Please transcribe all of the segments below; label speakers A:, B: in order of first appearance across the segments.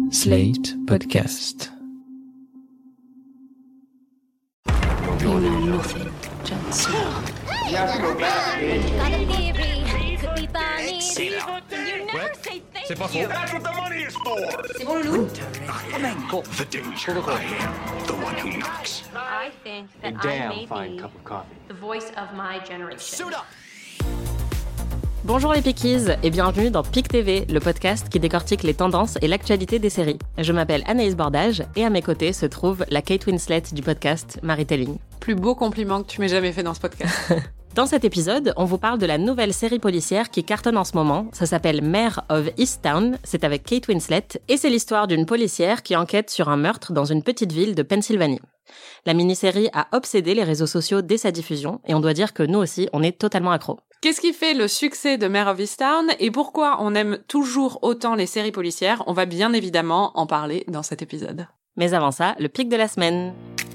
A: Slate Podcast.
B: You know nothing, Jon Snow.
C: Just go back in.
D: Got a theory, could be funny. You never say thank you.
C: That's what the money is for.
D: C'est bon, Loulou?
C: The danger. I am the one who knocks.
E: I think that I may be the voice of my generation.
C: Suit up.
F: Bonjour les Pickies et bienvenue dans Pic TV, le podcast qui décortique les tendances et l'actualité des séries. Je m'appelle Anaïs Bordage et à mes côtés se trouve la Kate Winslet du podcast, Marie Telling.
G: Plus beau compliment que tu m'aies jamais fait dans ce podcast.
F: Dans cet épisode, on vous parle de la nouvelle série policière qui cartonne en ce moment. Ça s'appelle Mare of Easttown, c'est avec Kate Winslet et c'est l'histoire d'une policière qui enquête sur un meurtre dans une petite ville de Pennsylvanie. La mini-série a obsédé les réseaux sociaux dès sa diffusion et on doit dire que nous aussi, on est totalement accros.
G: Qu'est-ce qui fait le succès de Mare of Easttown et pourquoi on aime toujours autant les séries policières? On va bien évidemment en parler dans cet épisode.
F: Mais avant ça, le pic de la semaine.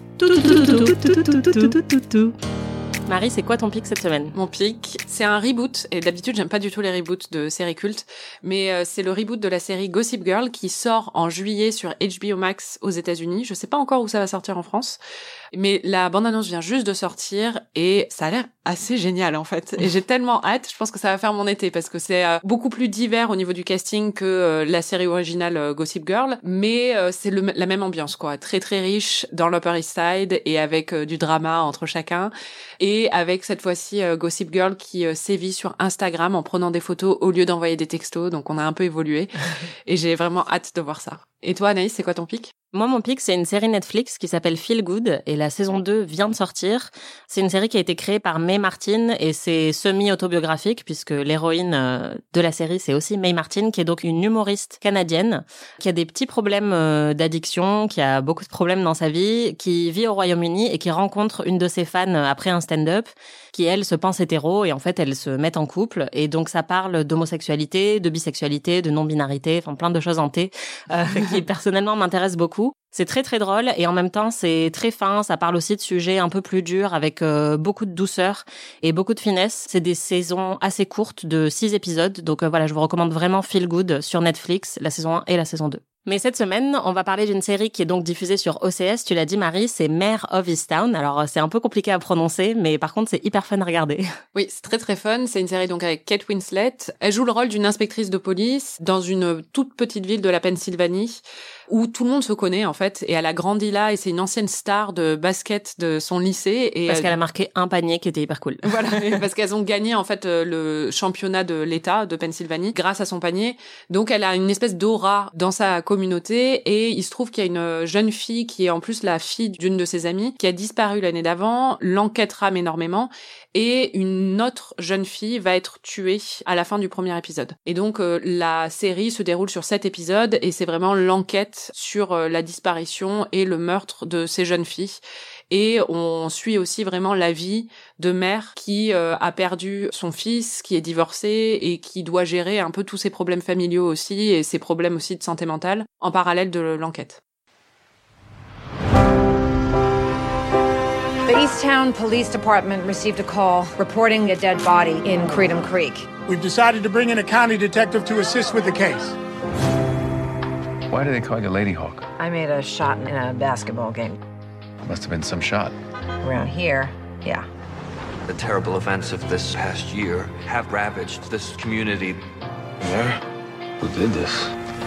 F: Marie, c'est quoi ton pic cette semaine?
G: Mon pic, c'est un reboot, et d'habitude j'aime pas du tout les reboots de séries cultes, mais c'est le reboot de la série Gossip Girl qui sort en juillet sur HBO Max aux États-Unis. Je sais pas encore où ça va sortir en France, mais la bande-annonce vient juste de sortir et ça a l'air assez génial en fait. Et j'ai tellement hâte, je pense que ça va faire mon été parce que c'est beaucoup plus divers au niveau du casting que la série originale Gossip Girl, mais c'est la même ambiance quoi, très très riche dans l'Upper East Side et avec du drama entre chacun. Et avec cette fois-ci Gossip Girl qui sévit sur Instagram en prenant des photos au lieu d'envoyer des textos, donc on a un peu évolué. Et j'ai vraiment hâte de voir ça. Et toi Anaïs, c'est quoi ton pic?
F: Moi, mon pic, c'est une série Netflix qui s'appelle Feel Good et la saison 2 vient de sortir. C'est une série qui a été créée par Mae Martin et c'est semi-autobiographique puisque l'héroïne de la série, c'est aussi Mae Martin qui est donc une humoriste canadienne qui a des petits problèmes d'addiction, qui a beaucoup de problèmes dans sa vie, qui vit au Royaume-Uni et qui rencontre une de ses fans après un stand-up qui, elle, se pense hétéro et en fait, elles se mettent en couple. Et donc, ça parle d'homosexualité, de bisexualité, de non-binarité, enfin plein de choses hantées qui, personnellement, m'intéressent beaucoup. C'est très très drôle et en même temps c'est très fin, ça parle aussi de sujets un peu plus durs avec beaucoup de douceur et beaucoup de finesse. C'est des saisons assez courtes de 6 épisodes, donc voilà, je vous recommande vraiment Feel Good sur Netflix, la saison 1 et la saison 2. Mais cette semaine, on va parler d'une série qui est donc diffusée sur OCS, tu l'as dit Marie, c'est Mare of Easttown. Alors c'est un peu compliqué à prononcer, mais par contre c'est hyper fun à regarder.
G: Oui, c'est très très fun, c'est une série donc avec Kate Winslet. Elle joue le rôle d'une inspectrice de police dans une toute petite ville de la Pennsylvanie où tout le monde se connaît en fait, et elle a grandi là et c'est une ancienne star de basket de son lycée. Et
F: parce qu'elle a marqué un panier qui était hyper cool.
G: Voilà, parce qu'elles ont gagné en fait le championnat de l'État de Pennsylvanie grâce à son panier. Donc elle a une espèce d'aura dans sa communauté et il se trouve qu'il y a une jeune fille qui est en plus la fille d'une de ses amies qui a disparu l'année d'avant. L'enquête rame énormément et une autre jeune fille va être tuée à la fin du premier épisode. Et donc la série se déroule sur 7 épisodes et c'est vraiment l'enquête sur la disparition et le meurtre de ces jeunes filles. Et on suit aussi vraiment la vie de mère qui a perdu son fils, qui est divorcée et qui doit gérer un peu tous ses problèmes familiaux aussi et ses problèmes aussi de santé mentale en parallèle de l'enquête.
H: The Easttown Police Department received a call reporting a dead body in Creedham Creek.
I: We've decided to bring in a county detective to assist with the case.
A: Why do they call you Lady Hawk?
H: I made a shot in a basketball game.
A: Must have been some shot.
H: Around here, yeah.
J: The terrible events of this past year have ravaged this community.
A: Yeah? Who did this?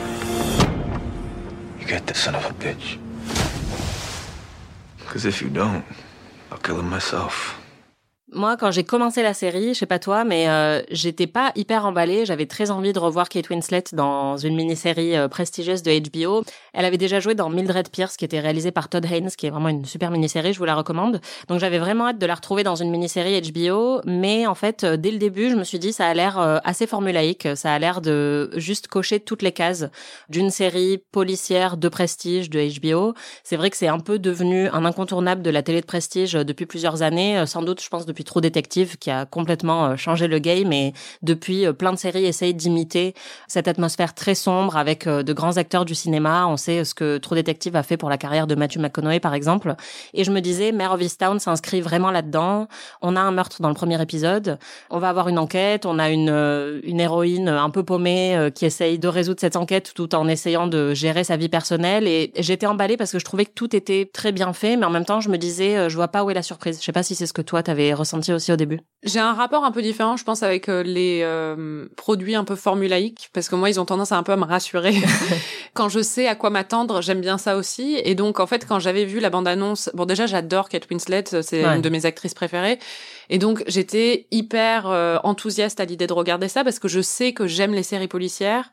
A: You get this son of a bitch. Because if you don't, I'll kill him myself.
F: Moi, quand j'ai commencé la série, je sais pas toi, mais j'étais pas hyper emballée. J'avais très envie de revoir Kate Winslet dans une mini-série prestigieuse de HBO. Elle avait déjà joué dans Mildred Pierce, qui était réalisée par Todd Haynes, qui est vraiment une super mini-série, je vous la recommande. Donc j'avais vraiment hâte de la retrouver dans une mini-série HBO, mais en fait, dès le début, je me suis dit, ça a l'air assez formulaïque. Ça a l'air de juste cocher toutes les cases d'une série policière de prestige de HBO. C'est vrai que c'est un peu devenu un incontournable de la télé de prestige depuis plusieurs années, sans doute, je pense, depuis depuis True Detective qui a complètement changé le game, et depuis plein de séries essayent d'imiter cette atmosphère très sombre avec de grands acteurs du cinéma. On sait ce que True Detective a fait pour la carrière de Matthew McConaughey par exemple, et je me disais Mare of Easttown s'inscrit vraiment là-dedans. On a un meurtre dans le premier épisode, on va avoir une enquête, on a une héroïne un peu paumée qui essaye de résoudre cette enquête tout en essayant de gérer sa vie personnelle, et j'étais emballée parce que je trouvais que tout était très bien fait, mais en même temps je me disais je vois pas où est la surprise. Je sais pas si c'est ce que toi t'avais ressenti aussi au début.
G: J'ai un rapport un peu différent, je pense, avec les produits un peu formulaïques, parce que moi ils ont tendance à un peu à me rassurer. Quand je sais à quoi m'attendre, j'aime bien ça aussi, et donc en fait quand j'avais vu la bande-annonce, bon déjà j'adore Kate Winslet, c'est une de mes actrices préférées, et donc j'étais hyper enthousiaste à l'idée de regarder ça parce que je sais que j'aime les séries policières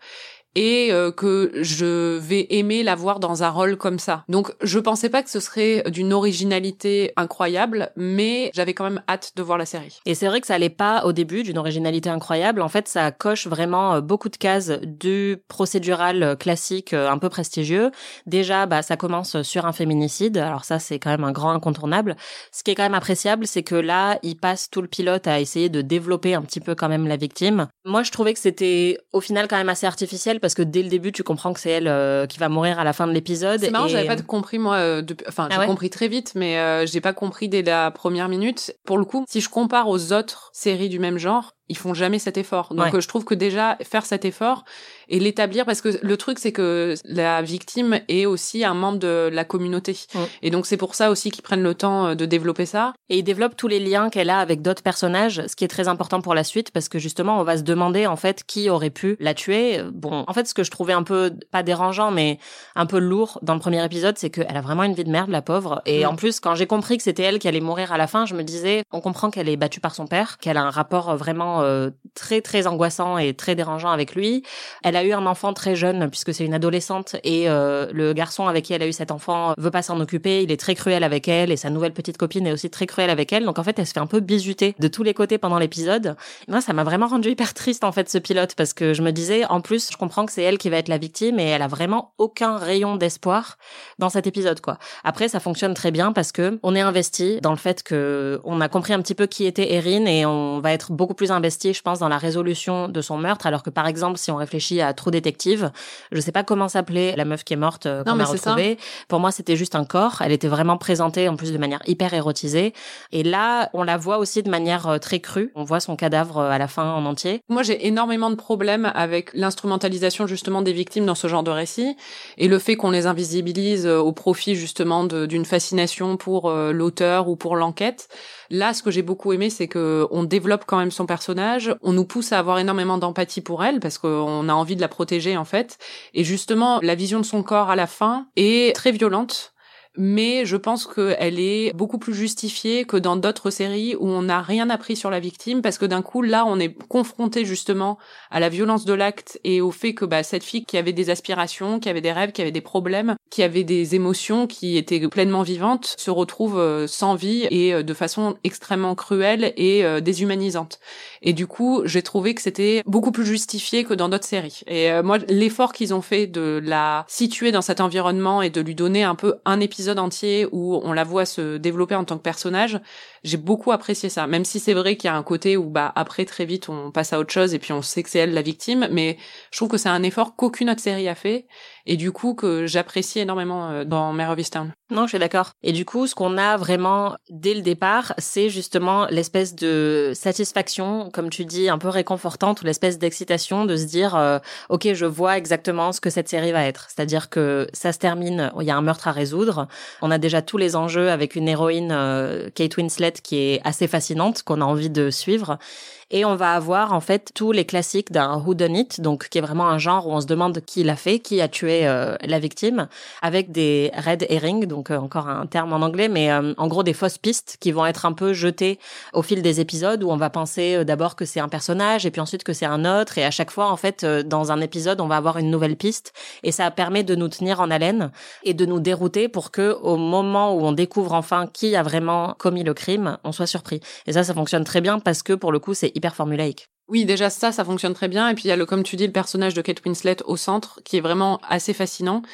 G: et que je vais aimer la voir dans un rôle comme ça. Donc je pensais pas que ce serait d'une originalité incroyable, mais j'avais quand même hâte de voir la série.
F: Et c'est vrai que ça allait pas au début d'une originalité incroyable. En fait, ça coche vraiment beaucoup de cases du procédural classique un peu prestigieux. Déjà, ça commence sur un féminicide. Alors ça, c'est quand même un grand incontournable. Ce qui est quand même appréciable, c'est que là, il passe tout le pilote à essayer de développer un petit peu quand même la victime. Moi, je trouvais que c'était au final quand même assez artificiel, parce que dès le début, tu comprends que c'est elle qui va mourir à la fin de l'épisode.
G: C'est marrant, j'avais pas compris, moi, j'ai compris très vite, mais j'ai pas compris dès la première minute. Pour le coup, si je compare aux autres séries du même genre, ils font jamais cet effort. Donc je trouve que déjà, faire cet effort et l'établir, parce que le truc, c'est que la victime est aussi un membre de la communauté. Et donc c'est pour ça aussi qu'ils prennent le temps de développer ça.
F: Et ils développent tous les liens qu'elle a avec d'autres personnages, ce qui est très important pour la suite, parce que justement, on va se demander en fait qui aurait pu la tuer. Bon, en fait, ce que je trouvais un peu, pas dérangeant, mais un peu lourd dans le premier épisode, c'est qu'elle a vraiment une vie de merde, la pauvre. Et en plus, quand j'ai compris que c'était elle qui allait mourir à la fin, je me disais, on comprend qu'elle est battue par son père, qu'elle a un rapport vraiment très très angoissant et très dérangeant avec lui. Elle a eu un enfant très jeune puisque c'est une adolescente, et le garçon avec qui elle a eu cet enfant veut pas s'en occuper, il est très cruel avec elle, et sa nouvelle petite copine est aussi très cruelle avec elle. Donc en fait, elle se fait un peu bisuter de tous les côtés pendant l'épisode. Et moi, ça m'a vraiment rendu hyper triste en fait ce pilote, parce que je me disais, en plus, je comprends que c'est elle qui va être la victime, et elle a vraiment aucun rayon d'espoir dans cet épisode quoi. Après, ça fonctionne très bien parce que on est investi dans le fait que on a compris un petit peu qui était Erin, et on va être beaucoup plus investi, je pense, dans la résolution de son meurtre, alors que par exemple, si on réfléchit à True Detective, je sais pas comment s'appelait la meuf qui est morte qu'on a retrouvée. Pour moi, c'était juste un corps. Elle était vraiment présentée en plus de manière hyper érotisée. Et là, on la voit aussi de manière très crue. On voit son cadavre à la fin en entier.
G: Moi, j'ai énormément de problèmes avec l'instrumentalisation justement des victimes dans ce genre de récit, et le fait qu'on les invisibilise au profit justement d'une fascination pour l'auteur ou pour l'enquête. Là, ce que j'ai beaucoup aimé, c'est que on développe quand même son personnage, on nous pousse à avoir énormément d'empathie pour elle, parce qu'on a envie de la protéger, en fait. Et justement, la vision de son corps à la fin est très violente, mais je pense qu'elle est beaucoup plus justifiée que dans d'autres séries où on n'a rien appris sur la victime, parce que d'un coup, là, on est confronté justement à la violence de l'acte et au fait que cette fille qui avait des aspirations, qui avait des rêves, qui avait des problèmes, qui avait des émotions, qui étaient pleinement vivantes, se retrouve sans vie et de façon extrêmement cruelle et déshumanisante. Et du coup, j'ai trouvé que c'était beaucoup plus justifié que dans d'autres séries. Et moi, l'effort qu'ils ont fait de la situer dans cet environnement et de lui donner un peu un épisode entier où on la voit se développer en tant que personnage, j'ai beaucoup apprécié ça. Même si c'est vrai qu'il y a un côté où après très vite on passe à autre chose et puis on sait que c'est elle la victime, mais je trouve que c'est un effort qu'aucune autre série a fait, et du coup que j'apprécie énormément dans Mare of Easttown.
F: Non, je suis d'accord. Et du coup, ce qu'on a vraiment dès le départ, c'est justement l'espèce de satisfaction, comme tu dis, un peu réconfortante, ou l'espèce d'excitation de se dire ok, je vois exactement ce que cette série va être. C'est-à-dire que ça se termine, il y a un meurtre à résoudre. On a déjà tous les enjeux avec une héroïne, Kate Winslet, qui est assez fascinante, qu'on a envie de suivre. Et on va avoir en fait tous les classiques d'un whodunit, donc qui est vraiment un genre où on se demande qui l'a fait, qui a tué la victime, avec des red herring, donc encore un terme en anglais, mais en gros des fausses pistes qui vont être un peu jetées au fil des épisodes, où on va penser d'abord que c'est un personnage et puis ensuite que c'est un autre, et à chaque fois en fait dans un épisode on va avoir une nouvelle piste, et ça permet de nous tenir en haleine et de nous dérouter pour que au moment où on découvre enfin qui a vraiment commis le crime, on soit surpris. Et ça fonctionne très bien parce que pour le coup c'est hyper formulaïque.
G: Oui, déjà ça fonctionne très bien, et puis il y a comme tu dis, le personnage de Kate Winslet au centre qui est vraiment assez fascinant.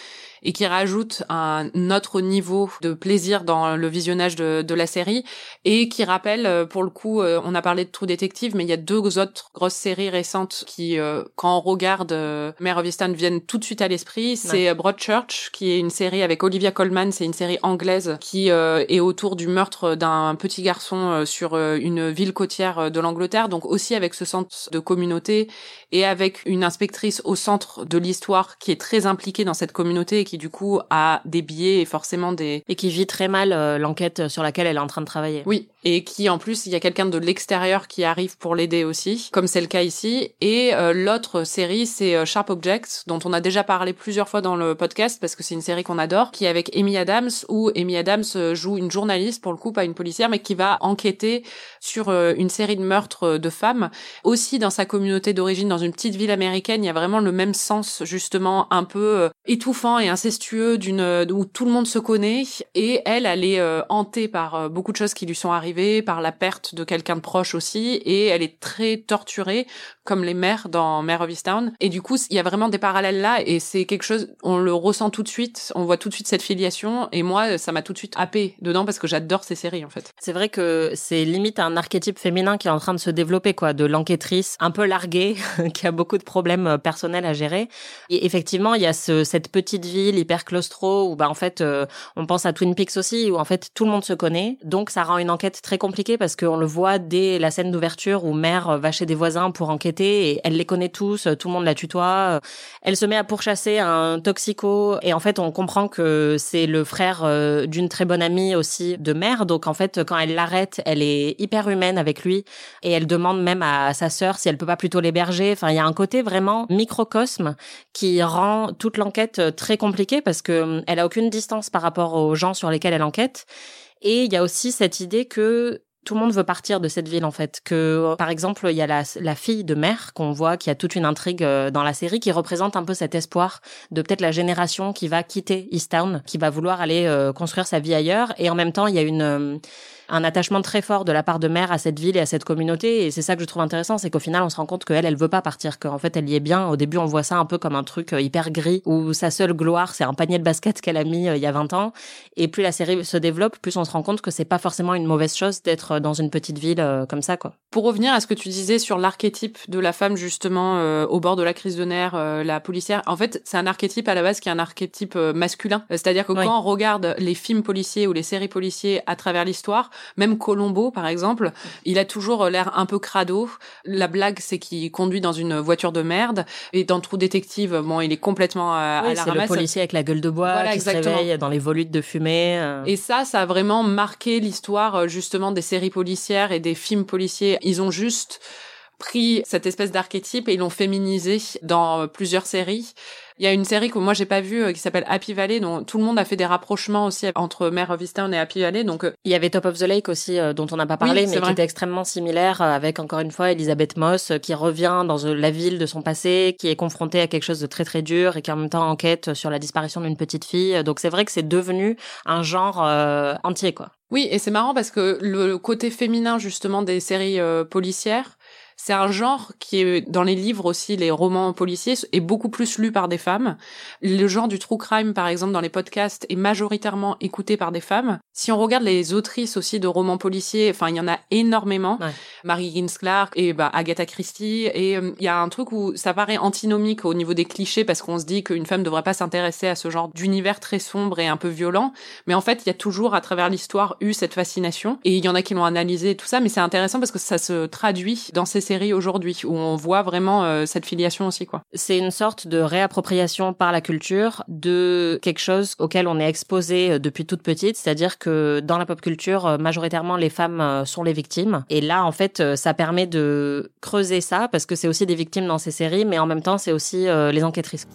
G: et qui rajoute un autre niveau de plaisir dans le visionnage de la série et qui rappelle, pour le coup, on a parlé de True Detective, mais il y a 2 autres grosses séries récentes qui, quand on regarde Mare of Easttown, viennent tout de suite à l'esprit. C'est Broadchurch, qui est une série avec Olivia Colman, c'est une série anglaise qui est autour du meurtre d'un petit garçon sur une ville côtière de l'Angleterre, donc aussi avec ce sens de communauté et avec une inspectrice au centre de l'histoire qui est très impliquée dans cette communauté et qui du coup a des biais et forcément des...
F: Et qui vit très mal l'enquête sur laquelle elle est en train de travailler.
G: Oui, et qui en plus, il y a quelqu'un de l'extérieur qui arrive pour l'aider aussi, comme c'est le cas ici. Et l'autre série, c'est Sharp Objects, dont on a déjà parlé plusieurs fois dans le podcast parce que c'est une série qu'on adore, qui est avec Amy Adams, où Amy Adams joue une journaliste, pour le coup pas une policière, mais qui va enquêter sur une série de meurtres de femmes. Aussi dans sa communauté d'origine, dans une petite ville américaine, il y a vraiment le même sens justement un peu étouffant et incestueux où tout le monde se connaît. Et elle est hantée par beaucoup de choses qui lui sont arrivées, par la perte de quelqu'un de proche aussi, et elle est très torturée, comme les mères dans Mare of Easttown. Et du coup, il y a vraiment des parallèles là, et c'est quelque chose, on le ressent tout de suite, on voit tout de suite cette filiation, et moi, ça m'a tout de suite happée dedans parce que j'adore ces séries, en fait.
F: C'est vrai que c'est limite un archétype féminin qui est en train de se développer, quoi, de l'enquêtrice un peu larguée, qui a beaucoup de problèmes personnels à gérer. Et effectivement, il y a cette petite ville hyper claustro où, en fait, on pense à Twin Peaks aussi, où en fait, tout le monde se connaît. Donc, ça rend une enquête très compliquée parce qu'on le voit dès la scène d'ouverture où Mère va chez des voisins pour enquêter et elle les connaît tous, tout le monde la tutoie. Elle se met à pourchasser un toxico et en fait, on comprend que c'est le frère d'une très bonne amie aussi de Mère. Donc, en fait, quand elle l'arrête, elle est hyper humaine avec lui et elle demande même à sa sœur si elle peut pas plutôt l'héberger. Enfin, il y a un côté vraiment microcosme qui rend toute l'enquête très compliquée parce que elle a aucune distance par rapport aux gens sur lesquels elle enquête. Et il y a aussi cette idée que tout le monde veut partir de cette ville, en fait. Que, par exemple, il y a la fille de Mère qu'on voit, qui a toute une intrigue dans la série, qui représente un peu cet espoir de peut-être la génération qui va quitter Easttown, qui va vouloir aller construire sa vie ailleurs. Et en même temps, il y a un attachement très fort de la part de Mère à cette ville et à cette communauté. Et c'est ça que je trouve intéressant, c'est qu'au final, on se rend compte elle veut pas partir, qu'en fait, elle y est bien. Au début, on voit ça un peu comme un truc hyper gris, où sa seule gloire, c'est un panier de basket qu'elle a mis il y a 20 ans. Et plus la série se développe, plus on se rend compte que c'est pas forcément une mauvaise chose d'être dans une petite ville comme ça, quoi.
G: Pour revenir à ce que tu disais sur l'archétype de la femme, justement, au bord de la crise de nerfs, la policière, en fait, c'est un archétype à la base qui est un archétype masculin. C'est-à-dire que quand on regarde les films policiers ou les séries policiers à travers l'histoire, même Columbo, par exemple, il a toujours l'air un peu crado. La blague, c'est qu'il conduit dans une voiture de merde. Et dans True Detective, bon, il est complètement à la ramasse.
F: C'est le policier avec la gueule de bois qui se réveille dans les volutes de fumée.
G: Et ça a vraiment marqué l'histoire, justement, des séries policières et des films policiers. Ils ont juste pris cette espèce d'archétype et ils l'ont féminisé dans plusieurs séries. Il y a une série que moi j'ai pas vue qui s'appelle Happy Valley, dont tout le monde a fait des rapprochements aussi entre Mare of Easttown et Happy Valley. Donc
F: il y avait Top of the Lake aussi dont on n'a pas parlé, mais qui était extrêmement similaire avec encore une fois Elizabeth Moss qui revient dans la ville de son passé, qui est confrontée à quelque chose de très très dur et qui en même temps enquête sur la disparition d'une petite fille. Donc c'est vrai que c'est devenu un genre entier, quoi.
G: Oui, et c'est marrant parce que le côté féminin justement des séries policières, c'est un genre qui est dans les livres aussi, les romans policiers, est beaucoup plus lu par des femmes. Le genre du true crime, par exemple, dans les podcasts, est majoritairement écouté par des femmes. Si on regarde les autrices aussi de romans policiers, enfin, il y en a énormément. Ouais. Mary Higgins Clark et Agatha Christie. Et il y a un truc où ça paraît antinomique au niveau des clichés parce qu'on se dit qu'une femme devrait pas s'intéresser à ce genre d'univers très sombre et un peu violent. Mais en fait, il y a toujours, à travers l'histoire, eu cette fascination. Et il y en a qui l'ont analysé et tout ça, mais c'est intéressant parce que ça se traduit dans ces séries aujourd'hui où on voit vraiment cette filiation aussi, quoi.
F: C'est une sorte de réappropriation par la culture de quelque chose auquel on est exposé depuis toute petite, c'est-à-dire que dans la pop culture, majoritairement les femmes sont les victimes. Et là, en fait, ça permet de creuser ça parce que c'est aussi des victimes dans ces séries, mais en même temps, c'est aussi les enquêtrices.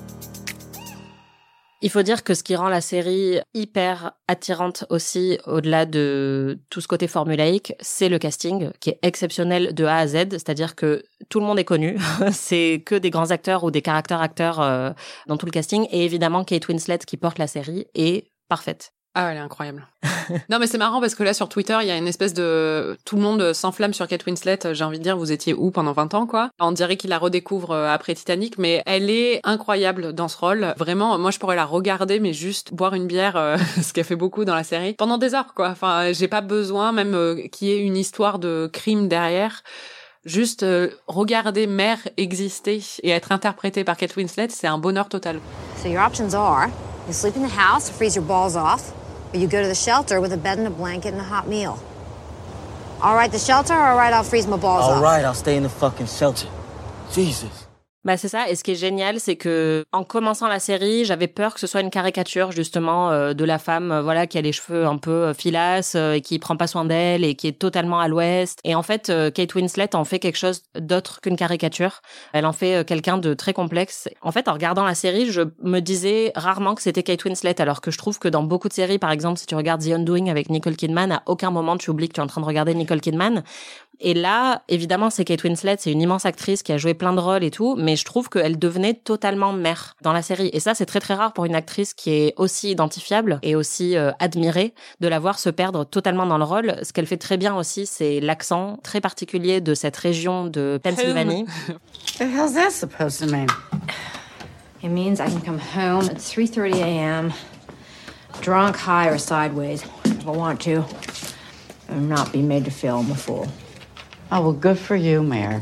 F: Il faut dire que ce qui rend la série hyper attirante aussi, au-delà de tout ce côté formulaïque, c'est le casting qui est exceptionnel de A à Z, c'est-à-dire que tout le monde est connu, c'est que des grands acteurs ou des caractères acteurs dans tout le casting, et évidemment Kate Winslet qui porte la série est parfaite.
G: Ah, elle est incroyable. Non, mais c'est marrant parce que là, sur Twitter, il y a une espèce de... Tout le monde s'enflamme sur Kate Winslet. J'ai envie de dire, vous étiez où pendant 20 ans, quoi? On dirait qu'il la redécouvre après Titanic, mais elle est incroyable dans ce rôle. Vraiment, moi, je pourrais la regarder, mais juste boire une bière, ce qu'elle fait beaucoup dans la série, pendant des heures, quoi. Enfin, j'ai pas besoin, même qu'il y ait une histoire de crime derrière. Juste regarder Mère exister et être interprétée par Kate Winslet, c'est un bonheur total.
H: So your options are, you sleep in the house, freeze your balls off, or you go to the shelter with a bed and a blanket and a hot meal. All right, the shelter, all right, I'll freeze my balls off.
K: All right, I'll stay in the fucking shelter. Jesus.
F: Bah c'est ça, et ce qui est génial, c'est que en commençant la série, j'avais peur que ce soit une caricature justement de la femme voilà qui a les cheveux un peu filasses et qui prend pas soin d'elle et qui est totalement à l'ouest. Et en fait, Kate Winslet en fait quelque chose d'autre qu'une caricature. Elle en fait quelqu'un de très complexe. En fait, en regardant la série, je me disais rarement que c'était Kate Winslet, alors que je trouve que dans beaucoup de séries, par exemple, si tu regardes The Undoing avec Nicole Kidman, à aucun moment tu oublies que tu es en train de regarder Nicole Kidman. Et là, évidemment, c'est Kate Winslet, c'est une immense actrice qui a joué plein de rôles et tout, mais je trouve qu'elle devenait totalement mère dans la série. Et ça, c'est très très rare pour une actrice qui est aussi identifiable et aussi admirée, de la voir se perdre totalement dans le rôle. Ce qu'elle fait très bien aussi, c'est l'accent très particulier de cette région de Pennsylvanie.
H: What the hell's that supposed to mean? It means I can come home at 3:30 a.m., drunk, high, or sideways, if I want to, and not be made to feel I'm a fool.
B: Oh, well, good for you, Mare.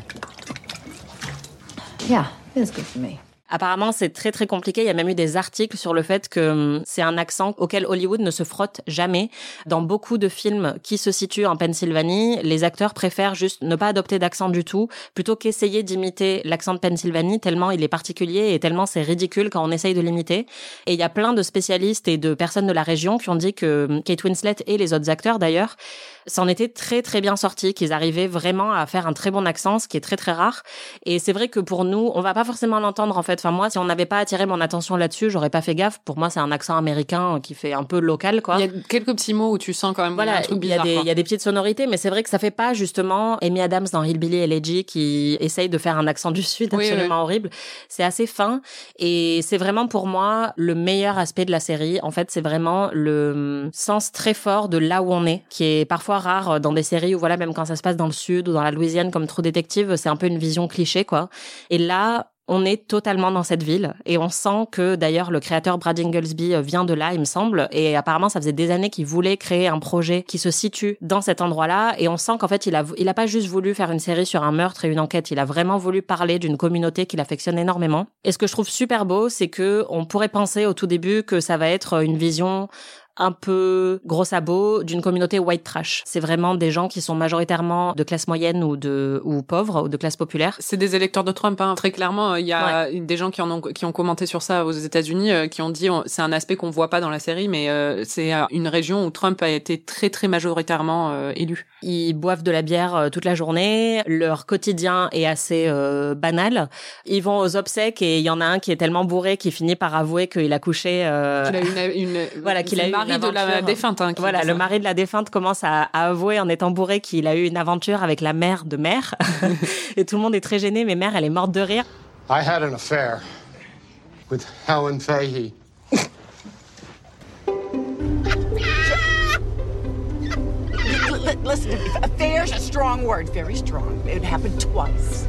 H: Yeah, it is good for me.
F: Apparemment, c'est très très compliqué. Il y a même eu des articles sur le fait que c'est un accent auquel Hollywood ne se frotte jamais. Dans beaucoup de films qui se situent en Pennsylvanie, les acteurs préfèrent juste ne pas adopter d'accent du tout, plutôt qu'essayer d'imiter l'accent de Pennsylvanie, tellement il est particulier et tellement c'est ridicule quand on essaye de l'imiter. Et il y a plein de spécialistes et de personnes de la région qui ont dit que Kate Winslet et les autres acteurs d'ailleurs s'en étaient très très bien sortis, qu'ils arrivaient vraiment à faire un très bon accent, ce qui est très très rare. Et c'est vrai que pour nous, on va pas forcément l'entendre en fait. Enfin moi, si on n'avait pas attiré mon attention là-dessus, j'aurais pas fait gaffe. Pour moi, c'est un accent américain qui fait un peu local, quoi.
G: Il y a quelques petits mots où tu sens quand même
F: voilà,
G: un truc bizarre.
F: Il y a des petites sonorités, mais c'est vrai que ça fait pas justement Amy Adams dans Hillbilly Elegy qui essaye de faire un accent du Sud absolument horrible. C'est assez fin et c'est vraiment pour moi le meilleur aspect de la série. En fait, c'est vraiment le sens très fort de là où on est, qui est parfois rare dans des séries où voilà, même quand ça se passe dans le Sud ou dans la Louisiane comme True Detective, c'est un peu une vision cliché, quoi. Et là, on est totalement dans cette ville et on sent que d'ailleurs le créateur Brad Inglesby vient de là, il me semble, et apparemment ça faisait des années qu'il voulait créer un projet qui se situe dans cet endroit-là et on sent qu'en fait il a pas juste voulu faire une série sur un meurtre et une enquête, il a vraiment voulu parler d'une communauté qu'il affectionne énormément. Et ce que je trouve super beau, c'est que on pourrait penser au tout début que ça va être une vision un peu gros sabot d'une communauté white trash. C'est vraiment des gens qui sont majoritairement de classe moyenne ou pauvres ou de classe populaire.
G: C'est des électeurs de Trump, hein. Très clairement. Il y a des gens qui ont commenté sur ça aux États-Unis, qui ont dit c'est un aspect qu'on voit pas dans la série, mais c'est une région où Trump a été très très majoritairement élu.
F: Ils boivent de la bière toute la journée. Leur quotidien est assez banal. Ils vont aux obsèques et il y en a un qui est tellement bourré qu'il finit par avouer qu'il a couché.
G: Qu'il a
F: voilà, qu'il a eu
G: mari de la défunte. Hein,
F: voilà, le mari de la défunte commence à avouer en étant bourré qu'il a eu une aventure avec la mère de Mère. Et tout le monde est très gêné, mais Mère, elle est morte de rire.
I: I had an affair with Helen Fahey.
L: Listen, affair's a strong word, very strong. It happened twice.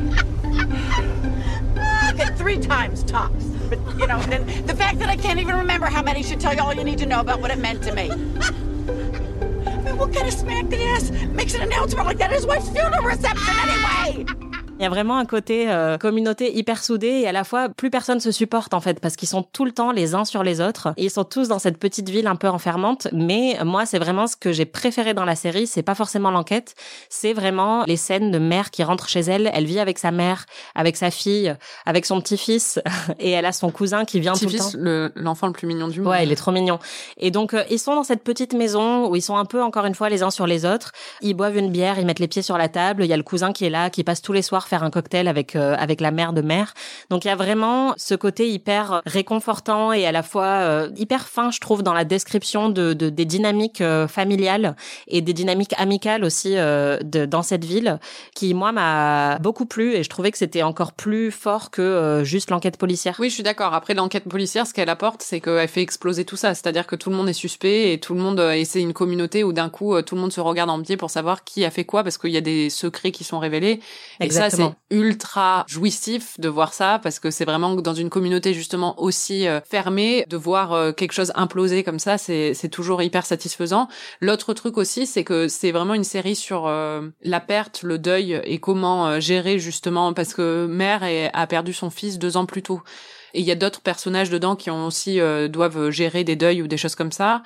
L: Okay, 3 times tops. But, you know, the fact that I can't even remember how many should tell you all you need to know about what it meant to me. I mean, what kind of smack the ass makes an announcement like that at his wife's funeral reception anyway?
F: Il y a vraiment un côté communauté hyper soudée et à la fois plus personne se supporte en fait parce qu'ils sont tout le temps les uns sur les autres. Et ils sont tous dans cette petite ville un peu enfermante. Mais moi, c'est vraiment ce que j'ai préféré dans la série. C'est pas forcément l'enquête, c'est vraiment les scènes de Mère qui rentre chez elle. Elle vit avec sa mère, avec sa fille, avec son petit-fils et elle a son cousin qui vient tout le temps.
G: L'enfant le plus mignon du monde.
F: Ouais, il est trop mignon. Et donc ils sont dans cette petite maison où ils sont un peu encore une fois les uns sur les autres. Ils boivent une bière, ils mettent les pieds sur la table. Il y a le cousin qui est là, qui passe tous les soirs faire un cocktail avec la mère de Mère. Donc il y a vraiment ce côté hyper réconfortant et à la fois hyper fin, je trouve, dans la description des dynamiques familiales et des dynamiques amicales aussi dans cette ville, qui moi m'a beaucoup plu et je trouvais que c'était encore plus fort que juste l'enquête policière.
G: Oui, je suis d'accord. Après, l'enquête policière, ce qu'elle apporte, c'est qu'elle fait exploser tout ça. C'est-à-dire que tout le monde est suspect et tout le monde, et c'est une communauté où d'un coup, tout le monde se regarde en biais pour savoir qui a fait quoi, parce qu'il y a des secrets qui sont révélés.
F: Exactement.
G: Et ça, c'est ultra jouissif de voir ça, parce que c'est vraiment dans une communauté justement aussi fermée, de voir quelque chose imploser comme ça, c'est toujours hyper satisfaisant. L'autre truc aussi, c'est que c'est vraiment une série sur la perte, le deuil et comment gérer justement, parce que Mère a perdu son fils 2 ans plus tôt. Et il y a d'autres personnages dedans qui ont aussi doivent gérer des deuils ou des choses comme ça.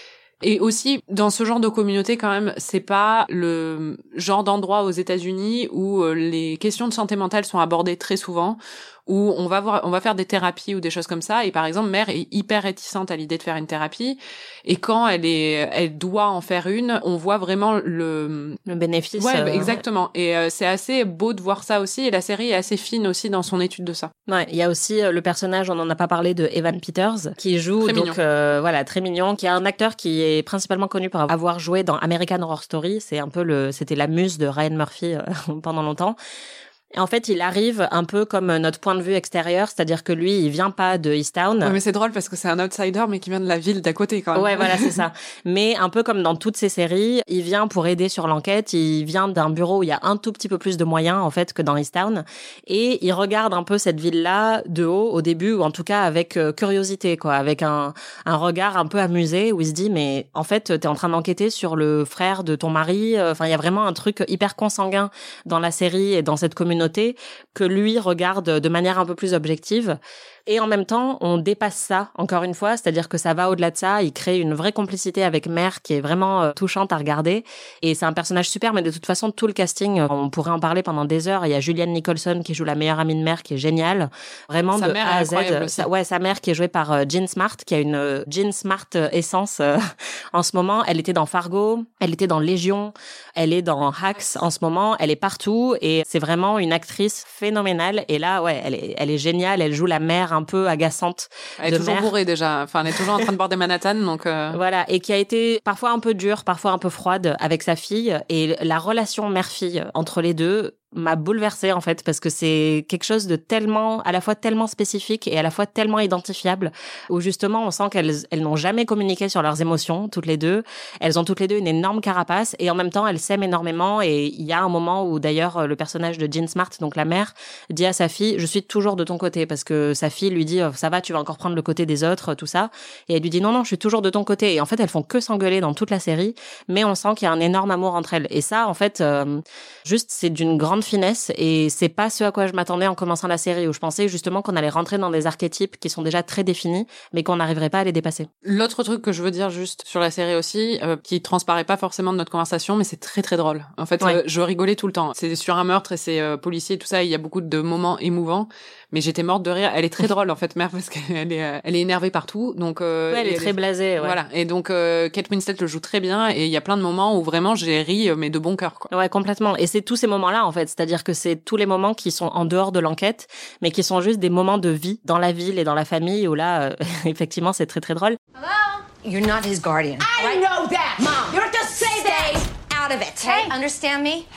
G: Et aussi, dans ce genre de communauté, quand même, c'est pas le genre d'endroit aux États-Unis où les questions de santé mentale sont abordées très souvent, où on va faire des thérapies ou des choses comme ça. Et par exemple, Mère est hyper réticente à l'idée de faire une thérapie. Et quand elle doit en faire une, on voit vraiment le
F: bénéfice.
G: Ouais, exactement. Et c'est assez beau de voir ça aussi. Et la série est assez fine aussi dans son étude de ça.
F: Ouais, il y a aussi le personnage, on en a pas parlé, de Evan Peters, qui joue
G: très
F: donc très mignon, qui est un acteur qui est principalement connu pour avoir joué dans American Horror Story. C'est un peu c'était la muse de Ryan Murphy pendant longtemps. Et en fait, il arrive un peu comme notre point de vue extérieur, c'est-à-dire que lui, il vient pas de Easttown.
G: Ouais, mais c'est drôle parce que c'est un outsider, mais qui vient de la ville d'à côté, quand même.
F: Ouais, voilà, c'est ça. Mais un peu comme dans toutes ces séries, il vient pour aider sur l'enquête, il vient d'un bureau où il y a un tout petit peu plus de moyens, en fait, que dans Easttown. Et il regarde un peu cette ville-là de haut, au début, ou en tout cas avec curiosité, quoi, avec un regard un peu amusé, où il se dit, mais en fait, t'es en train d'enquêter sur le frère de ton mari. Enfin, il y a vraiment un truc hyper consanguin dans la série et dans cette communauté que lui regarde de manière un peu plus objective. Et en même temps, on dépasse ça, encore une fois, c'est-à-dire que ça va au-delà de ça, il crée une vraie complicité avec Mère qui est vraiment touchante à regarder, et c'est un personnage super, mais de toute façon, tout le casting, on pourrait en parler pendant des heures. Il y a Julianne Nicholson qui joue la meilleure amie de Mère, qui est géniale, vraiment
G: sa
F: de
G: mère
F: A à
G: est
F: Z. Sa mère qui est jouée par Jean Smart, qui a une Jean Smart essence en ce moment. Elle était dans Fargo, elle était dans Légion, elle est dans Hacks en ce moment, elle est partout, et c'est vraiment une actrice phénoménale. Et là, ouais, elle est géniale, elle joue la mère un peu agaçante.
G: Elle est toujours bourrée déjà. Enfin, elle est toujours en train de boire des Manhattan, donc.
F: Voilà, et qui a été parfois un peu dure, parfois un peu froide avec sa fille. Et la relation mère-fille entre les deux m'a bouleversée, en fait, parce que c'est quelque chose de tellement, à la fois tellement spécifique et à la fois tellement identifiable, où justement on sent qu'elles n'ont jamais communiqué sur leurs émotions, toutes les deux. Elles ont toutes les deux une énorme carapace, et en même temps elles s'aiment énormément. Et il y a un moment où d'ailleurs le personnage de Jean Smart, donc la mère, dit à sa fille, je suis toujours de ton côté, parce que sa fille lui dit, ça va, tu vas encore prendre le côté des autres, tout ça. Et elle lui dit, non, je suis toujours de ton côté. Et en fait, elles font que s'engueuler dans toute la série, mais on sent qu'il y a un énorme amour entre elles. Et ça, en fait, juste, c'est d'une grande finesse, et c'est pas ce à quoi je m'attendais en commençant la série, où je pensais justement qu'on allait rentrer dans des archétypes qui sont déjà très définis, mais qu'on n'arriverait pas à les dépasser.
G: L'autre truc que je veux dire juste sur la série aussi, qui transparaît pas forcément de notre conversation, mais c'est très très drôle. En fait, je rigolais tout le temps. C'est sur un meurtre et c'est policier et tout ça, il y a beaucoup de moments émouvants, mais j'étais morte de rire. Elle est très drôle en fait, Mère, parce qu'elle est énervée partout, donc
F: elle est très blasée. Ouais.
G: Voilà, et donc Kate Winslet le joue très bien, et il y a plein de moments où vraiment j'ai ri, mais de bon cœur, quoi.
F: Ouais, complètement. Et c'est tous ces moments-là, en fait, c'est-à-dire que c'est tous les moments qui sont en dehors de l'enquête, mais qui sont juste des moments de vie dans la ville et dans la famille, où là, effectivement, c'est très très drôle.
H: Hello? You're not his guardian.
L: I know that, Mom. You don't have to say that.
H: Stay out of it.
L: Hey.
H: Understand me?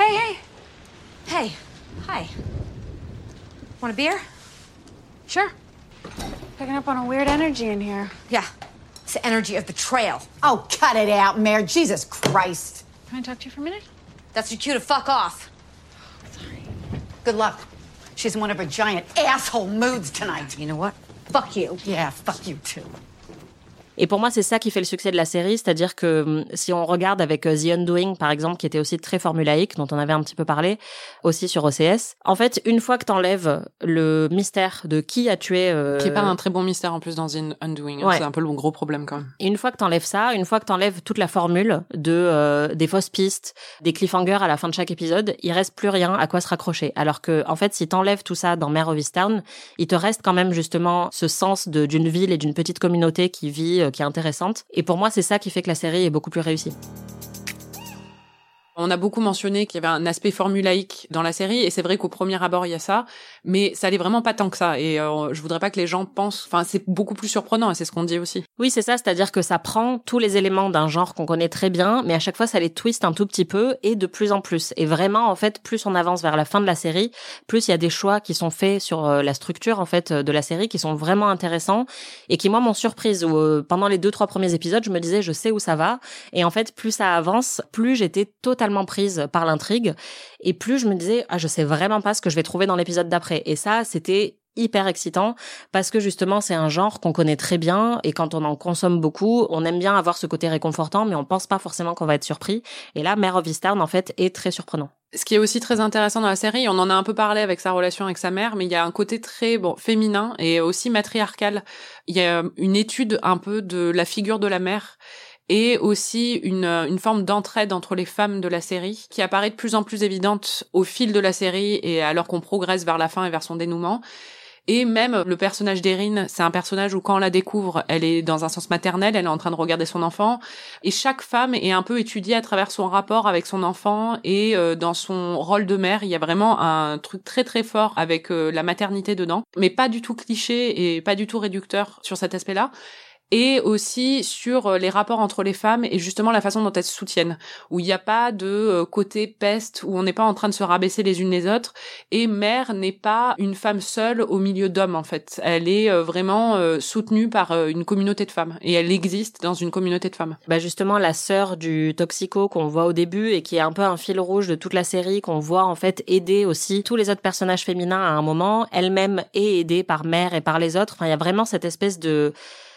L: Hey.
H: Hi. Want a beer?
M: Sure. Picking up on a weird energy in here.
H: Yeah. It's the energy of betrayal.
L: Oh, cut it out, Mare. Jesus Christ.
M: Can I talk to you for a minute?
H: That's your cue to fuck off.
M: Sorry.
L: Good luck. She's in one of her giant asshole moods tonight.
H: You know what? Fuck you.
L: Yeah, fuck you too.
F: Et pour moi, c'est ça qui fait le succès de la série, c'est-à-dire que si on regarde avec The Undoing, par exemple, qui était aussi très formulaïque, dont on avait un petit peu parlé, aussi sur OCS, en fait, une fois que t'enlèves le mystère de qui a tué...
G: Qui est pas un très bon mystère, en plus, dans The Undoing.
F: Ouais.
G: C'est un peu le gros problème, quand même.
F: Et une fois que t'enlèves ça, une fois que t'enlèves toute la formule de des fausses pistes, des cliffhangers à la fin de chaque épisode, il reste plus rien à quoi se raccrocher. Alors que, en fait, si t'enlèves tout ça dans Mare of Easttown, il te reste quand même, justement, ce sens d'une ville et d'une petite communauté qui vit, qui est intéressante. Et pour moi, c'est ça qui fait que la série est beaucoup plus réussie.
G: On a beaucoup mentionné qu'il y avait un aspect formulaïque dans la série, et c'est vrai qu'au premier abord, il y a ça, mais ça allait vraiment pas tant que ça, et je voudrais pas que les gens pensent... Enfin, c'est beaucoup plus surprenant, et c'est ce qu'on dit aussi.
F: Oui, c'est ça, c'est-à-dire que ça prend tous les éléments d'un genre qu'on connaît très bien, mais à chaque fois, ça les twiste un tout petit peu, et de plus en plus. Et vraiment, en fait, plus on avance vers la fin de la série, plus il y a des choix qui sont faits sur la structure, en fait, de la série, qui sont vraiment intéressants, et qui, moi, m'ont surprise. Pendant les 2-3 premiers épisodes, je me disais, je sais où ça va, et en fait, plus ça avance, plus j'étais totalement prise par l'intrigue, et plus je me disais, je sais vraiment pas ce que je vais trouver dans l'épisode d'après. Et ça, c'était hyper excitant, parce que justement, c'est un genre qu'on connaît très bien, et quand on en consomme beaucoup, on aime bien avoir ce côté réconfortant, mais on pense pas forcément qu'on va être surpris. Et là, Mare of Easttown, en fait, est très surprenant.
G: Ce qui est aussi très intéressant dans la série, on en a un peu parlé avec sa relation avec sa mère, mais il y a un côté très féminin et aussi matriarcal. Il y a une étude un peu de la figure de la mère, et aussi une forme d'entraide entre les femmes de la série, qui apparaît de plus en plus évidente au fil de la série, et alors qu'on progresse vers la fin et vers son dénouement. Et même le personnage d'Erin, c'est un personnage où quand on la découvre, elle est dans un sens maternel, elle est en train de regarder son enfant, et chaque femme est un peu étudiée à travers son rapport avec son enfant, et dans son rôle de mère, il y a vraiment un truc très très fort avec la maternité dedans, mais pas du tout cliché et pas du tout réducteur sur cet aspect-là. Et aussi sur les rapports entre les femmes et justement la façon dont elles se soutiennent, où il n'y a pas de côté peste, où on n'est pas en train de se rabaisser les unes les autres, et Mare n'est pas une femme seule au milieu d'hommes en fait. Elle est vraiment soutenue par une communauté de femmes, et elle existe dans une communauté de femmes.
F: Justement, la sœur du toxico qu'on voit au début et qui est un peu un fil rouge de toute la série, qu'on voit en fait aider aussi tous les autres personnages féminins à un moment, elle-même est aidée par Mare et par les autres. Enfin, il y a vraiment cette espèce de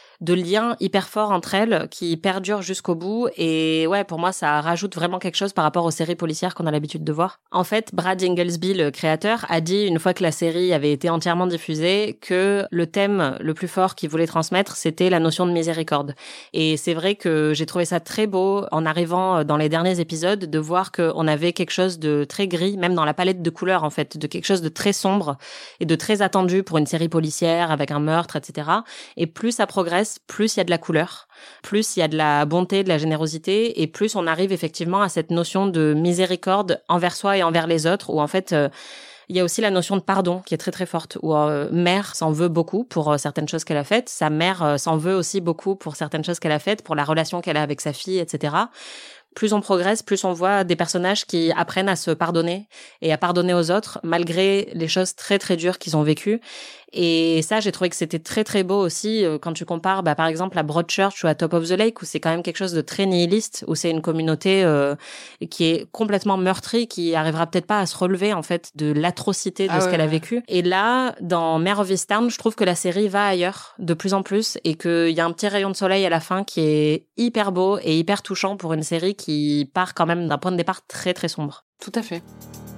F: lien hyper fort entre elles qui perdure jusqu'au bout, et ouais, pour moi ça rajoute vraiment quelque chose par rapport aux séries policières qu'on a l'habitude de voir. En fait, Brad Inglesby, le créateur, a dit une fois que la série avait été entièrement diffusée que le thème le plus fort qu'il voulait transmettre, c'était la notion de miséricorde. Et c'est vrai que j'ai trouvé ça très beau en arrivant dans les derniers épisodes de voir qu'on avait quelque chose de très gris, même dans la palette de couleurs en fait, de quelque chose de très sombre et de très attendu pour une série policière avec un meurtre, etc. Et plus ça progresse, plus il y a de la couleur, plus il y a de la bonté, de la générosité, et plus on arrive effectivement à cette notion de miséricorde envers soi et envers les autres, où en fait il y a aussi la notion de pardon qui est très très forte, où Mare s'en veut beaucoup pour certaines choses qu'elle a faites, sa mère s'en veut aussi beaucoup pour certaines choses qu'elle a faites, pour la relation qu'elle a avec sa fille, etc. Plus on progresse, plus on voit des personnages qui apprennent à se pardonner et à pardonner aux autres, malgré les choses très très dures qu'ils ont vécues. Et ça, j'ai trouvé que c'était très très beau aussi quand tu compares par exemple à Broadchurch ou à Top of the Lake, où c'est quand même quelque chose de très nihiliste, où c'est une communauté qui est complètement meurtrie, qui arrivera peut-être pas à se relever en fait de l'atrocité de ce qu'elle a vécu. Et là, dans Mare of Easttown, je trouve que la série va ailleurs de plus en plus, et qu'il y a un petit rayon de soleil à la fin qui est hyper beau et hyper touchant pour une série qui part quand même d'un point de départ très très sombre.
G: Tout à fait.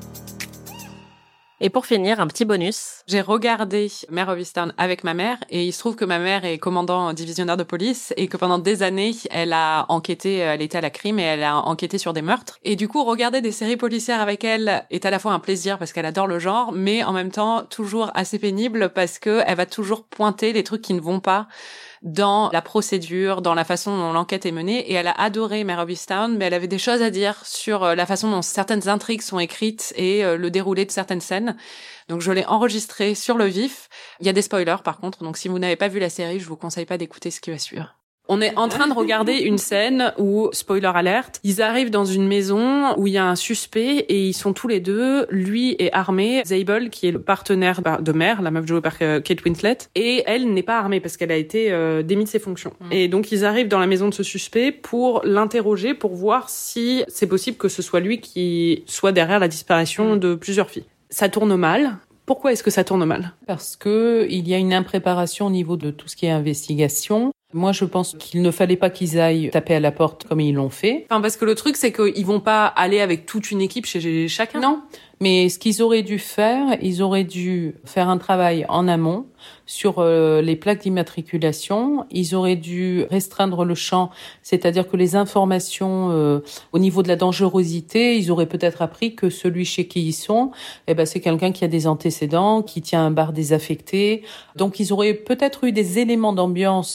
F: Et pour finir, un petit bonus.
G: J'ai regardé Mare of Easttown avec ma mère, et il se trouve que ma mère est commandant divisionnaire de police, et que pendant des années, elle a enquêté, elle était à la crime, et elle a enquêté sur des meurtres. Et du coup, regarder des séries policières avec elle est à la fois un plaisir parce qu'elle adore le genre, mais en même temps toujours assez pénible parce que elle va toujours pointer les trucs qui ne vont pas dans la procédure, dans la façon dont l'enquête est menée, et elle a adoré Mare of Easttown, mais elle avait des choses à dire sur la façon dont certaines intrigues sont écrites et le déroulé de certaines scènes. Donc je l'ai enregistré sur le vif. Il y a des spoilers par contre, donc si vous n'avez pas vu la série, je vous conseille pas d'écouter ce qui va suivre. On est en train de regarder une scène où, spoiler alert, ils arrivent dans une maison où il y a un suspect et ils sont tous les deux, lui est armé, Zabel qui est le partenaire de Mare, la meuf jouée par Kate Winslet, et elle n'est pas armée parce qu'elle a été démise de ses fonctions. Et donc ils arrivent dans la maison de ce suspect pour l'interroger, pour voir si c'est possible que ce soit lui qui soit derrière la disparition de plusieurs filles. Ça tourne mal. Pourquoi est-ce que ça tourne mal ?
N: Parce que il y a une impréparation au niveau de tout ce qui est investigation. Moi, je pense qu'il ne fallait pas qu'ils aillent taper à la porte comme ils l'ont fait.
G: Enfin, parce que le truc, c'est qu'ils vont pas aller avec toute une équipe chez chacun.
N: Non. Mais ce qu'ils auraient dû faire, ils auraient dû faire un travail en amont sur les plaques d'immatriculation. Ils auraient dû restreindre le champ, c'est-à-dire que les informations au niveau de la dangerosité, ils auraient peut-être appris que celui chez qui ils sont, c'est quelqu'un qui a des antécédents, qui tient un bar désaffecté. Donc ils auraient peut-être eu des éléments d'ambiance et des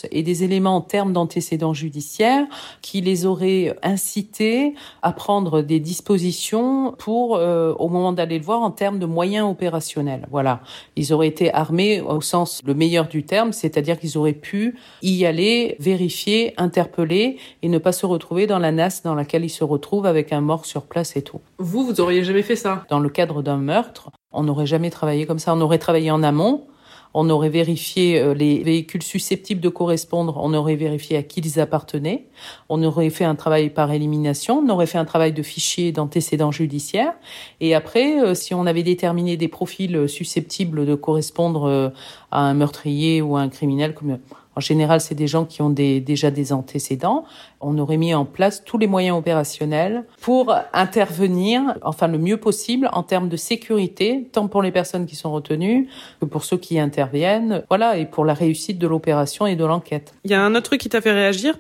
N: éléments en termes d'antécédents judiciaires qui les auraient incités à prendre des dispositions pour, au moment d'aller le voir, en termes de moyens opérationnels. Voilà. Ils auraient été armés au sens le meilleur du terme, c'est-à-dire qu'ils auraient pu y aller, vérifier, interpeller et ne pas se retrouver dans la nasse dans laquelle ils se retrouvent avec un mort sur place et tout.
G: Vous auriez jamais fait ça?
N: Dans le cadre d'un meurtre, on n'aurait jamais travaillé comme ça. On aurait travaillé en amont. On aurait vérifié les véhicules susceptibles de correspondre, on aurait vérifié à qui ils appartenaient, on aurait fait un travail par élimination, on aurait fait un travail de fichier d'antécédents judiciaires, et après, si on avait déterminé des profils susceptibles de correspondre à un meurtrier ou à un criminel, comme en général c'est des gens qui ont déjà des antécédents, on aurait mis en place tous les moyens opérationnels pour intervenir, enfin le mieux possible en termes de sécurité, tant pour les personnes qui sont retenues que pour ceux qui interviennent, voilà, et pour la réussite de l'opération et de l'enquête.
G: Il y a un autre truc qui t'a fait réagir,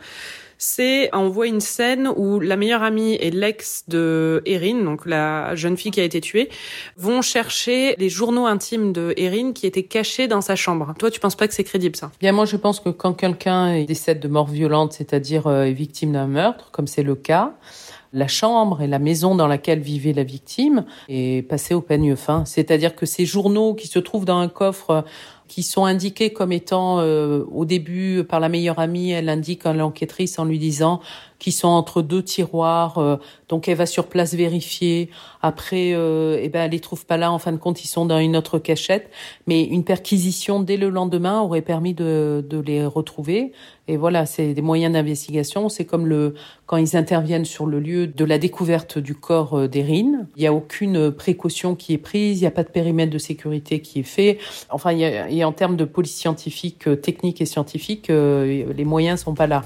G: c'est on voit une scène où la meilleure amie et l'ex de Erin, donc la jeune fille qui a été tuée, vont chercher les journaux intimes de Erin qui étaient cachés dans sa chambre. Toi, tu penses pas que c'est crédible, ça?
N: Bien, moi, je pense que quand quelqu'un décède de mort violente, c'est-à-dire est victime d'un meurtre, comme c'est le cas, la chambre et la maison dans laquelle vivait la victime est passée au peigne fin. C'est-à-dire que ces journaux qui se trouvent dans un coffre, qui sont indiqués comme étant, au début, par la meilleure amie, elle indique à l'enquêtrice en lui disant qu'ils sont entre 2 tiroirs, donc elle va sur place vérifier. Après, elle les trouve pas là, en fin de compte, ils sont dans une autre cachette. Mais une perquisition dès le lendemain aurait permis de les retrouver. Et voilà, c'est des moyens d'investigation. C'est comme quand ils interviennent sur le lieu de la découverte du corps d'Erin. Il y a aucune précaution qui est prise, il n'y a pas de périmètre de sécurité qui est fait. Enfin, et en termes de police scientifique, technique et scientifique, les moyens sont pas là.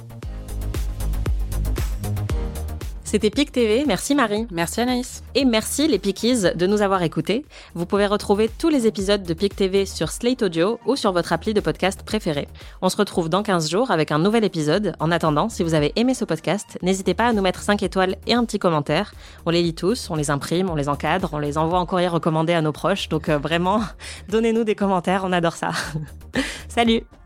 F: C'était PIC TV, merci Marie.
G: Merci Anaïs.
F: Et merci les Pickies de nous avoir écoutés. Vous pouvez retrouver tous les épisodes de PIC TV sur Slate Audio ou sur votre appli de podcast préféré. On se retrouve dans 15 jours avec un nouvel épisode. En attendant, si vous avez aimé ce podcast, n'hésitez pas à nous mettre 5 étoiles et un petit commentaire. On les lit tous, on les imprime, on les encadre, on les envoie en courrier recommandé à nos proches. Donc vraiment, donnez-nous des commentaires, on adore ça. Salut!